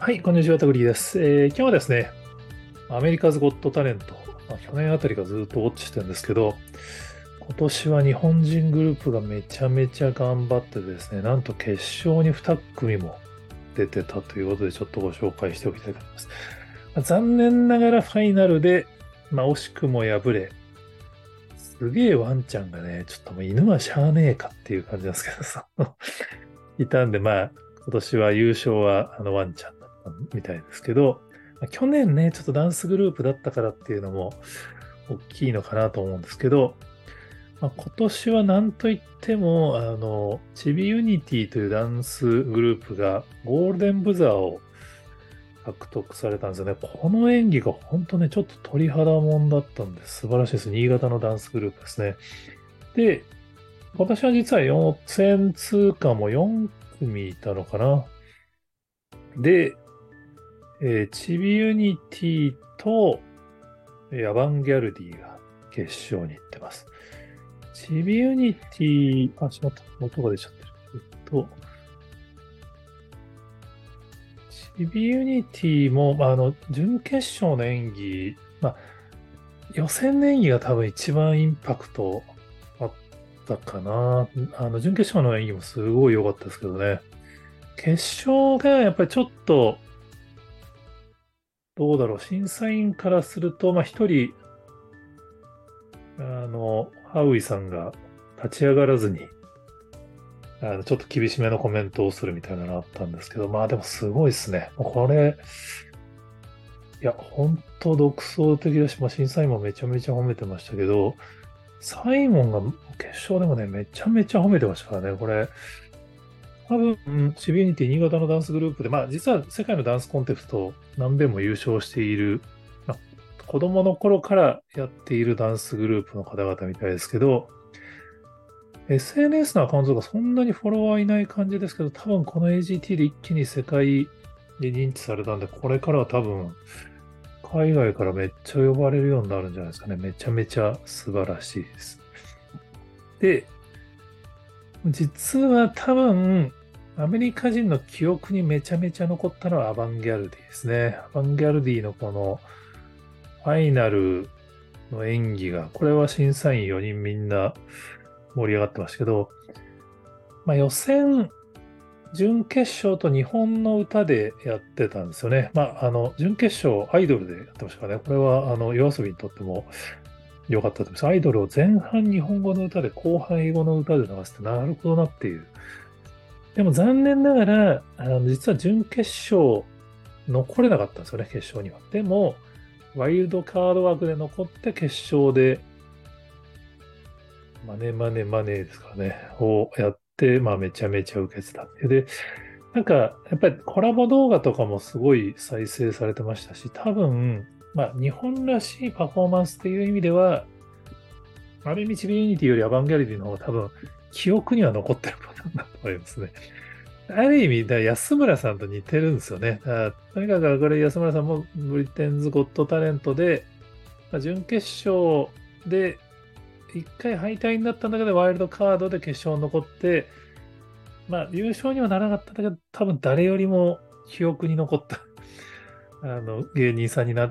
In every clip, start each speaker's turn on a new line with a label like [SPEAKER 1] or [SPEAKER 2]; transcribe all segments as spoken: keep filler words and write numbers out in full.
[SPEAKER 1] はい、こんにちは、タグリーです。えー今日はですね、アメリカズ・ゴット・タレント、まあ、去年あたりからずっとウォッチしてるんですけど、今年は日本人グループがめちゃめちゃ頑張ってですね、なんと決勝にに組も出てたということで、ちょっとご紹介しておきたいと思います。まあ残念ながらファイナルで、まあ、惜しくも敗れ、すげえワンちゃんがね、ちょっともう犬はしゃあねえかっていう感じなんですけど、そのいたんで、まあ、今年は優勝はあのワンちゃんだったみたいですけど、まあ去年ね、ちょっとダンスグループだったからっていうのも大きいのかなと思うんですけど、まあ、今年は何といっても、あの、チビユニティというダンスグループがゴールデンブザーを獲得されたんですよね。この演技が本当ね、ちょっと鳥肌もんだったんで素晴らしいです。新潟のダンスグループですね。で、今年は実は予選通過もよん組いたのかな。で、えーチビユニティとえーアバンギャルディが決勝に行ってます。チビユニティ、あ、しまった。音が出ちゃってる。えっと、チビユニティも、まあ、あの、準決勝の演技、まあ、予選の演技が多分一番インパクトあったかな。あの、準決勝の演技もすごい良かったですけどね。決勝がやっぱりちょっと、どうだろう、審査員からすると、まあ、一人、あの、ハウイさんが立ち上がらずに、あの、ちょっと厳しめのコメントをするみたいなのあったんですけど、まあでもすごいですね。もうこれ、いや、本当独創的だし、まあ、審査員もめちゃめちゃ褒めてましたけど、サイモンが決勝でもね、めちゃめちゃ褒めてましたからね、これ、多分、シビュニティ新潟のダンスグループで、まあ実は世界のダンスコンテスト何遍も優勝している、まあ、子供の頃からやっているダンスグループの方々みたいですけど、エスエヌエス のアカウントがそんなにフォロワーいない感じですけど、多分この エージーティー で一気に世界で認知されたんで、これからは多分海外からめっちゃ呼ばれるようになるんじゃないですかね。めちゃめちゃ素晴らしいです。で、実は多分、アメリカ人の記憶にめちゃめちゃ残ったのはアバンギャルディですね。アバンギャルディのこのファイナルの演技が、これは審査員よにんみんな盛り上がってましたけど、まあ、予選、準決勝と日本の歌でやってたんですよね。まあ、あの、準決勝アイドルでやってましたからね。これは、あの、夜遊びにとっても良かったと思います。アイドルを前半日本語の歌で後半英語の歌で流すってなるほどなっていう。でも残念ながら、あの、実は準決勝残れなかったんですよね、決勝には。でも、ワイルドカード枠で残って決勝で、マネマネマネーですからね、をやって、まあめちゃめちゃ受けてたっていう。で、なんか、やっぱりコラボ動画とかもすごい再生されてましたし、多分、まあ日本らしいパフォーマンスっていう意味では、ある意味チビユニティよりアバンギャルディの方が多分、記憶には残ってるパターンだと思いますね。ある意味、だから安村さんと似てるんですよね。だからとにかくこれ安村さんもブリテンズ・ゴット・タレントで、まあ、準決勝で一回敗退になったんだけど、ワイルドカードで決勝に残って、まあ優勝にはならなかったんだけど、多分誰よりも記憶に残ったあの芸人さんになって、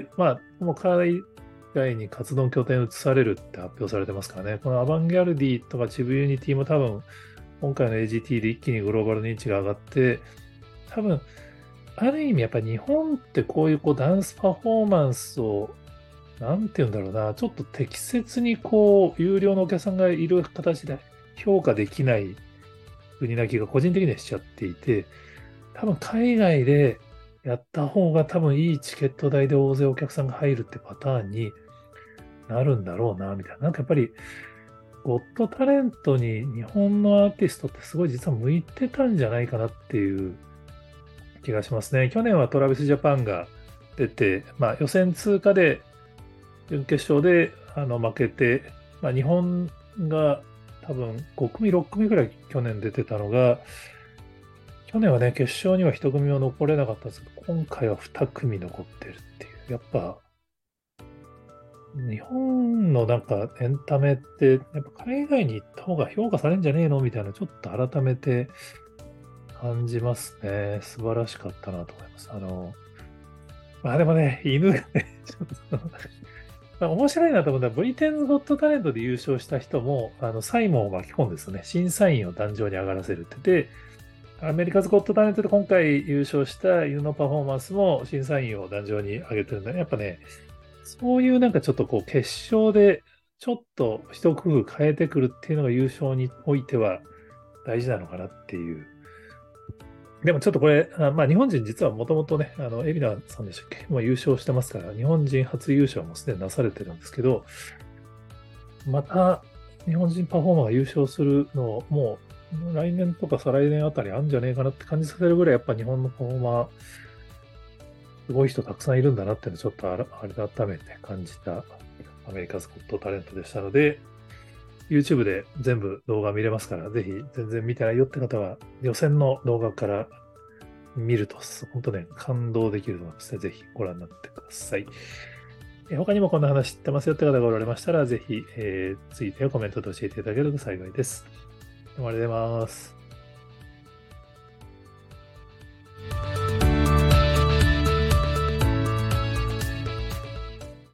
[SPEAKER 1] まあもう海外に活動拠点移されるって発表されてますからね。このアバンギャルディとかチブユニティも多分今回の エージーティー で一気にグローバル認知が上がって、多分ある意味やっぱり日本ってこういうこうダンスパフォーマンスをなんて言うんだろうな、ちょっと適切にこう、有料のお客さんがいる形で評価できない国な気が個人的にはしちゃっていて、多分海外でやった方が多分いいチケット代で大勢お客さんが入るってパターンになるんだろうな、みたいな。なんかやっぱり、ゴッドタレントに日本のアーティストってすごい実は向いてたんじゃないかなっていう気がしますね。去年はトラビスジャパンが出て、まあ予選通過で準決勝であの負けて、まあ、日本が多分ご組、ろく組ぐらい去年出てたのが、去年はね、決勝にはいち組も残れなかったんですけど、今回はに組残ってるっていう。やっぱ、日本のなんかエンタメって、やっぱ海外に行った方が評価されるんじゃねえのみたいな、ちょっと改めて感じますね。素晴らしかったなと思います。あの、まあでもね、犬がね、ちょっとまあ面白いなと思ったら、ブリテンズ・ゴット・タレントで優勝した人も、あの、サイモンを巻き込んでですね、審査員を壇上に上がらせるって言って、アメリカズ・ゴット・タレントで今回優勝した犬のパフォーマンスも審査員を壇上に上げてるんで、やっぱね、そういうなんかちょっとこう決勝でちょっと一工夫変えてくるっていうのが優勝においては大事なのかなっていう。でもちょっとこれ、あまあ日本人実はもともとね、あの、海老名さんでしたっけ、もう優勝してますから、日本人初優勝もすでになされてるんですけど、また日本人パフォーマーが優勝するのをもう来年とか再来年あたりあるんじゃねえかなって感じさせるぐらい、やっぱ日本のパフォーマー、すごい人たくさんいるんだなっていうのをちょっとあら改めて感じたアメリカズ・ゴット・タレントでしたので、YouTube で全部動画見れますから、ぜひ全然見てないよって方は、予選の動画から見ると、本当ね、感動できると思いますね。ぜひご覧になってください。え他にもこんな話知ってますよって方がおられましたら、ぜひ、えー、ツイートやコメントで教えていただけると幸いです。どうもありがとうございます。